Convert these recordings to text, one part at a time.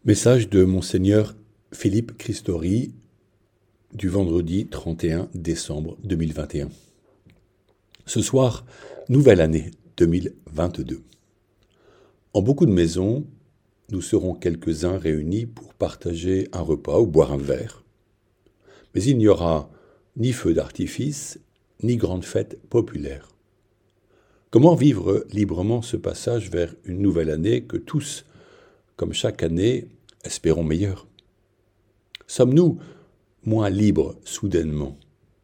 Message de Monseigneur Philippe Christori du vendredi 31 décembre 2021. Ce soir, nouvelle année 2022. En beaucoup de maisons, nous serons quelques-uns réunis pour partager un repas ou boire un verre. Mais il n'y aura ni feu d'artifice, ni grande fête populaire. Comment vivre librement ce passage vers une nouvelle année que tous, comme chaque année, espérons meilleure? Sommes-nous moins libres soudainement?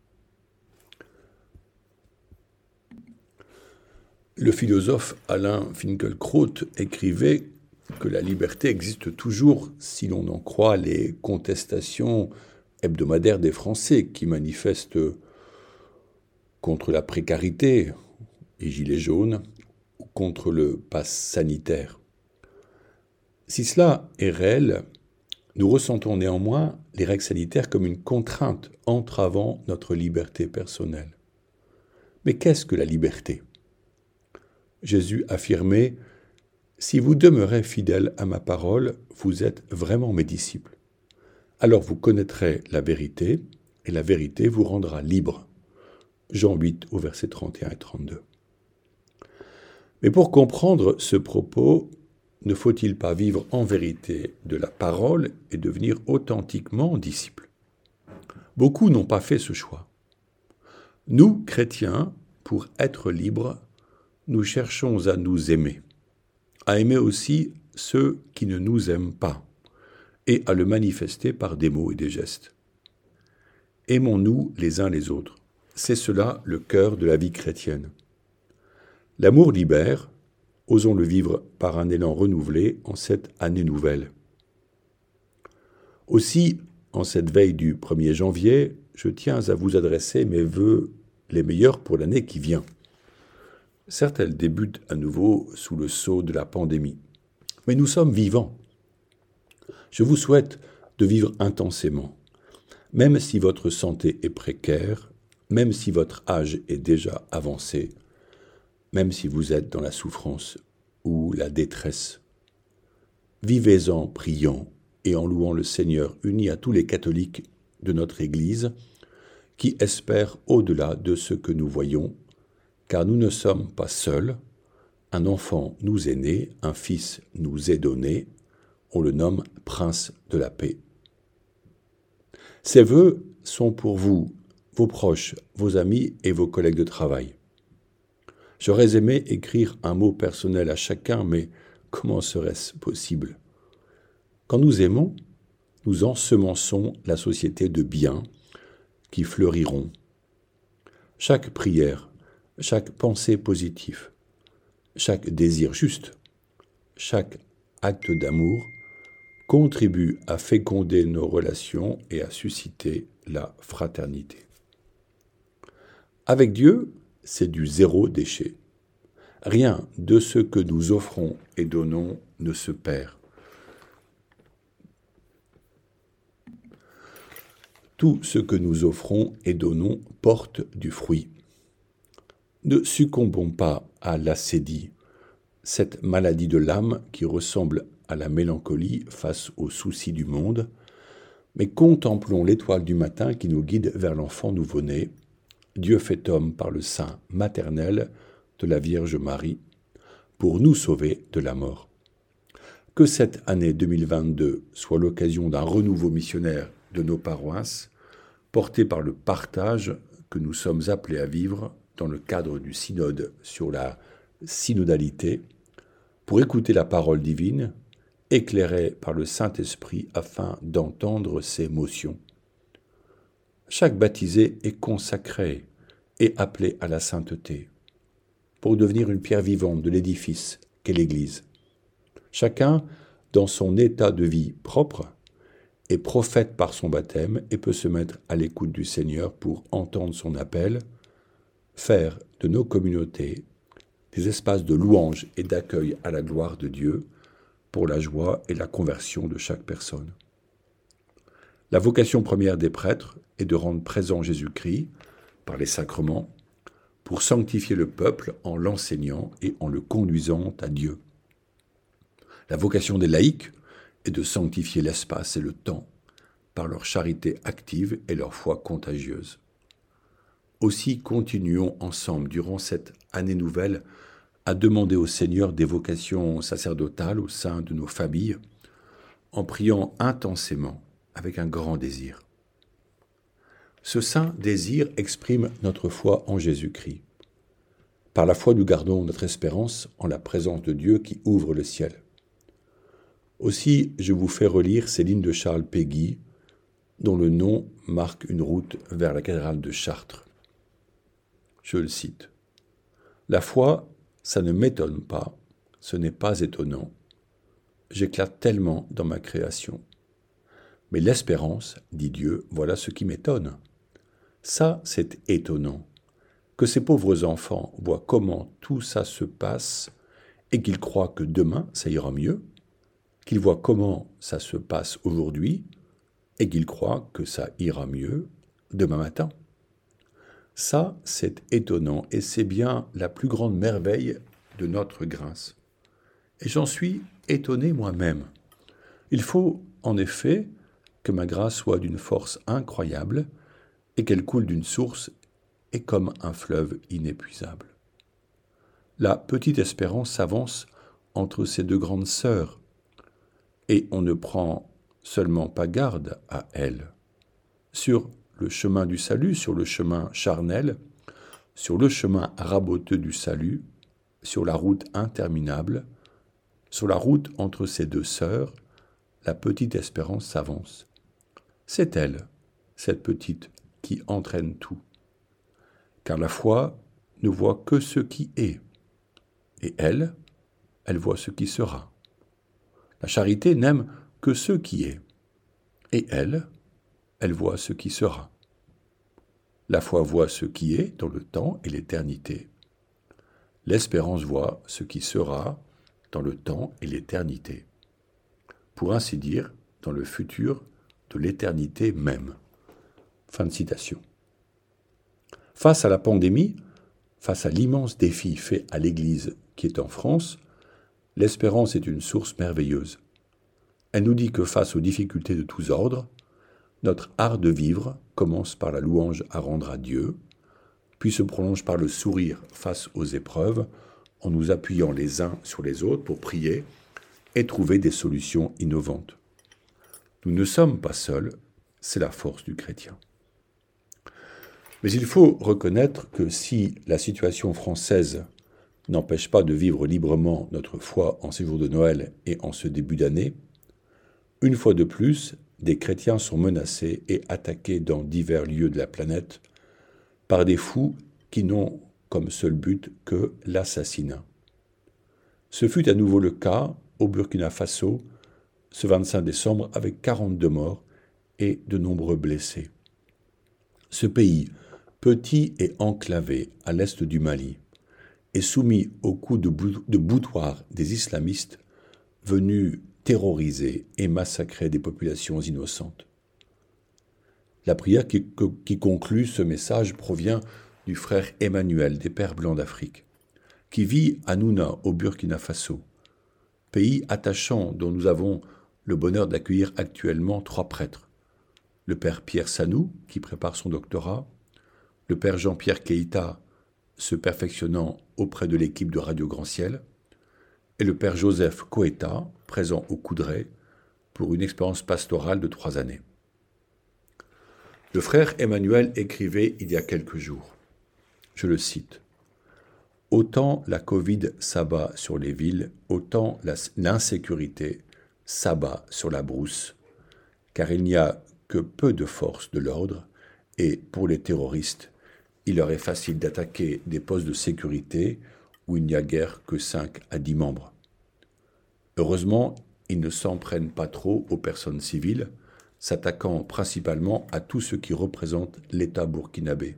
Le philosophe Alain Finkielkraut écrivait que la liberté existe toujours si l'on en croit les contestations hebdomadaires des Français qui manifestent contre la précarité, les gilets jaunes, ou contre le pass sanitaire. Si cela est réel, nous ressentons néanmoins les règles sanitaires comme une contrainte entravant notre liberté personnelle. Mais qu'est-ce que la liberté ? Jésus affirmait « Si vous demeurez fidèles à ma parole, vous êtes vraiment mes disciples. Alors vous connaîtrez la vérité, et la vérité vous rendra libre. » Jean 8 au verset 31 et 32. Mais pour comprendre ce propos, ne faut-il pas vivre en vérité de la parole et devenir authentiquement disciples ? Beaucoup n'ont pas fait ce choix. Nous, chrétiens, pour être libres, nous cherchons à nous aimer, à aimer aussi ceux qui ne nous aiment pas, et à le manifester par des mots et des gestes. Aimons-nous les uns les autres. C'est cela le cœur de la vie chrétienne. L'amour libère, osons le vivre par un élan renouvelé en cette année nouvelle. Aussi, en cette veille du 1er janvier, je tiens à vous adresser mes vœux les meilleurs pour l'année qui vient. Certes, elle débute à nouveau sous le sceau de la pandémie, mais nous sommes vivants. Je vous souhaite de vivre intensément, même si votre santé est précaire, même si votre âge est déjà avancé, même si vous êtes dans la souffrance ou la détresse. Vivez-en priant et en louant le Seigneur, unis à tous les catholiques de notre Église, qui espèrent au-delà de ce que nous voyons, car nous ne sommes pas seuls. Un enfant nous est né, un fils nous est donné, on le nomme Prince de la paix. Ces vœux sont pour vous, vos proches, vos amis et vos collègues de travail. J'aurais aimé écrire un mot personnel à chacun, mais comment serait-ce possible ? Quand nous aimons, nous ensemençons la société de biens qui fleuriront. Chaque prière, chaque pensée positive, chaque désir juste, chaque acte d'amour contribue à féconder nos relations et à susciter la fraternité. Avec Dieu, c'est du zéro déchet. Rien de ce que nous offrons et donnons ne se perd. Tout ce que nous offrons et donnons porte du fruit. Ne succombons pas à l'acédie, cette maladie de l'âme qui ressemble à la mélancolie face aux soucis du monde, mais contemplons l'étoile du matin qui nous guide vers l'enfant nouveau-né, Dieu fait homme par le sein maternel de la Vierge Marie, pour nous sauver de la mort. Que cette année 2022 soit l'occasion d'un renouveau missionnaire de nos paroisses, porté par le partage que nous sommes appelés à vivre dans le cadre du synode sur la synodalité, pour écouter la parole divine, éclairée par le Saint-Esprit afin d'entendre ses motions. Chaque baptisé est consacré et appelé à la sainteté, pour devenir une pierre vivante de l'édifice qu'est l'Église. Chacun, dans son état de vie propre, est prophète par son baptême et peut se mettre à l'écoute du Seigneur pour entendre son appel, faire de nos communautés des espaces de louange et d'accueil à la gloire de Dieu pour la joie et la conversion de chaque personne. La vocation première des prêtres est de rendre présent Jésus-Christ par les sacrements pour sanctifier le peuple en l'enseignant et en le conduisant à Dieu. La vocation des laïcs et de sanctifier l'espace et le temps par leur charité active et leur foi contagieuse. Aussi continuons ensemble durant cette année nouvelle à demander au Seigneur des vocations sacerdotales au sein de nos familles, en priant intensément avec un grand désir. Ce saint désir exprime notre foi en Jésus-Christ. Par la foi, nous gardons notre espérance en la présence de Dieu qui ouvre le ciel. Aussi, je vous fais relire ces lignes de Charles Péguy, dont le nom marque une route vers la cathédrale de Chartres. Je le cite. « La foi, ça ne m'étonne pas, ce n'est pas étonnant. J'éclate tellement dans ma création. Mais l'espérance, dit Dieu, voilà ce qui m'étonne. Ça, c'est étonnant. Que ces pauvres enfants voient comment tout ça se passe et qu'ils croient que demain, ça ira mieux, qu'ils voient comment ça se passe aujourd'hui et qu'ils croient que ça ira mieux demain matin. Ça, c'est étonnant et c'est bien la plus grande merveille de notre grâce. Et j'en suis étonné moi-même. Il faut, en effet, que ma grâce soit d'une force incroyable et qu'elle coule d'une source et comme un fleuve inépuisable. La petite espérance s'avance entre ces deux grandes sœurs et on ne prend seulement pas garde à elles. Sur le chemin du salut, sur le chemin charnel, sur le chemin raboteux du salut, sur la route interminable, sur la route entre ces deux sœurs, la petite espérance s'avance. C'est elle, cette petite, qui entraîne tout. Car la foi ne voit que ce qui est, et elle voit ce qui sera. La charité n'aime que ce qui est, et elle voit ce qui sera. La foi voit ce qui est dans le temps et l'éternité. L'espérance voit ce qui sera dans le temps et l'éternité. Pour ainsi dire, dans le futur de l'éternité même. » Fin de citation. Face à la pandémie, face à l'immense défi fait à l'Église qui est en France, l'espérance est une source merveilleuse. Elle nous dit que face aux difficultés de tous ordres, notre art de vivre commence par la louange à rendre à Dieu, puis se prolonge par le sourire face aux épreuves, en nous appuyant les uns sur les autres pour prier et trouver des solutions innovantes. Nous ne sommes pas seuls, c'est la force du chrétien. Mais il faut reconnaître que si la situation française n'empêche pas de vivre librement notre foi en ces jours de Noël et en ce début d'année, une fois de plus, des chrétiens sont menacés et attaqués dans divers lieux de la planète par des fous qui n'ont comme seul but que l'assassinat. Ce fut à nouveau le cas au Burkina Faso ce 25 décembre avec 42 morts et de nombreux blessés. Ce pays, petit et enclavé à l'est du Mali, est soumis au coup de boutoir des islamistes venus terroriser et massacrer des populations innocentes. La prière qui conclut ce message provient du frère Emmanuel des Pères Blancs d'Afrique, qui vit à Nouna, au Burkina Faso, pays attachant dont nous avons le bonheur d'accueillir actuellement 3 prêtres. Le père Pierre Sanou, qui prépare son doctorat, le père Jean-Pierre Keïta, se perfectionnant auprès de l'équipe de Radio Grand Ciel, et le père Joseph Koeta, présent au Coudray, pour une expérience pastorale de 3 années. Le frère Emmanuel écrivait il y a quelques jours, je le cite, « Autant la Covid s'abat sur les villes, autant l'insécurité s'abat sur la brousse, car il n'y a que peu de forces de l'ordre, et pour les terroristes, il leur est facile d'attaquer des postes de sécurité où il n'y a guère que 5 à 10 membres. Heureusement, ils ne s'en prennent pas trop aux personnes civiles, s'attaquant principalement à tout ce qui représente l'État burkinabé.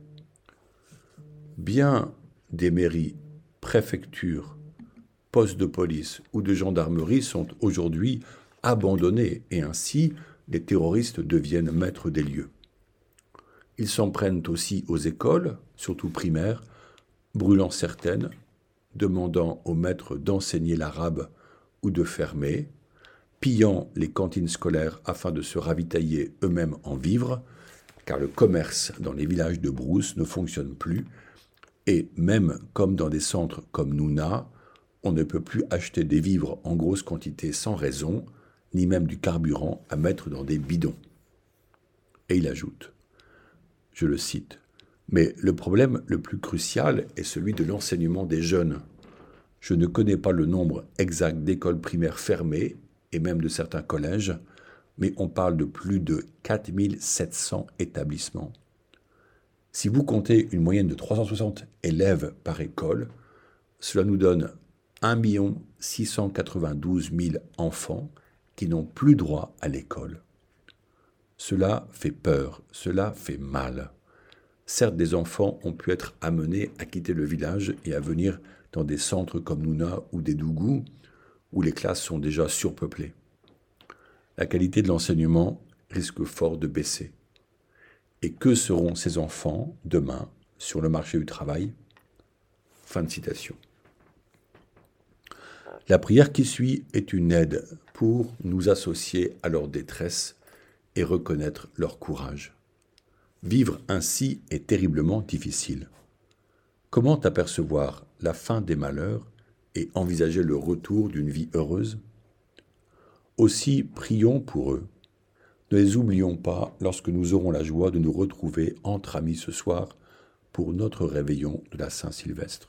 Bien des mairies, préfectures, postes de police ou de gendarmerie sont aujourd'hui abandonnés et ainsi les terroristes deviennent maîtres des lieux. Ils s'en prennent aussi aux écoles, surtout primaires, brûlant certaines, demandant aux maîtres d'enseigner l'arabe ou de fermer, pillant les cantines scolaires afin de se ravitailler eux-mêmes en vivres, car le commerce dans les villages de brousse ne fonctionne plus, et même comme dans des centres comme Nouna, on ne peut plus acheter des vivres en grosse quantité sans raison, ni même du carburant à mettre dans des bidons. Et il ajoute, je le cite, « Mais le problème le plus crucial est celui de l'enseignement des jeunes. Je ne connais pas le nombre exact d'écoles primaires fermées, et même de certains collèges, mais on parle de plus de 4700 établissements. Si vous comptez une moyenne de 360 élèves par école, cela nous donne 1 692 000 enfants qui n'ont plus droit à l'école. Cela fait peur, cela fait mal. Certes, des enfants ont pu être amenés à quitter le village et à venir dans des centres comme Nouna ou des Dougous, où les classes sont déjà surpeuplées. La qualité de l'enseignement risque fort de baisser. Et que seront ces enfants demain sur le marché du travail ? » Fin de citation. La prière qui suit est une aide pour nous associer à leur détresse et reconnaître leur courage. Vivre ainsi est terriblement difficile. Comment apercevoir la fin des malheurs et envisager le retour d'une vie heureuse ? Aussi, prions pour eux. Ne les oublions pas lorsque nous aurons la joie de nous retrouver entre amis ce soir pour notre réveillon de la Saint-Sylvestre.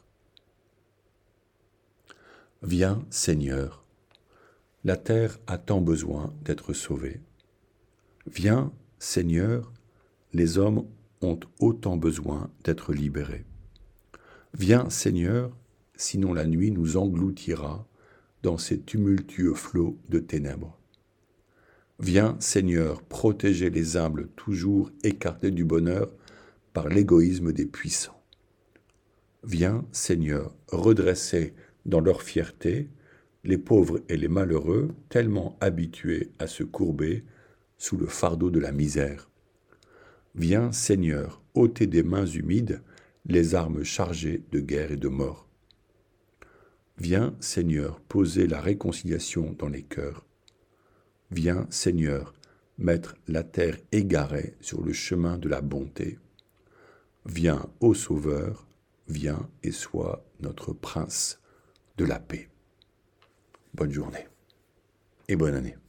Viens, Seigneur, la terre a tant besoin d'être sauvée. Viens, Seigneur, les hommes ont autant besoin d'être libérés. Viens, Seigneur, sinon la nuit nous engloutira dans ces tumultueux flots de ténèbres. Viens, Seigneur, protéger les humbles toujours écartés du bonheur par l'égoïsme des puissants. Viens, Seigneur, redresser dans leur fierté les pauvres et les malheureux tellement habitués à se courber sous le fardeau de la misère. Viens, Seigneur, ôter des mains humides les armes chargées de guerre et de mort. Viens, Seigneur, poser la réconciliation dans les cœurs. Viens, Seigneur, mettre la terre égarée sur le chemin de la bonté. Viens, ô Sauveur, viens et sois notre Prince de la paix. Bonne journée et bonne année.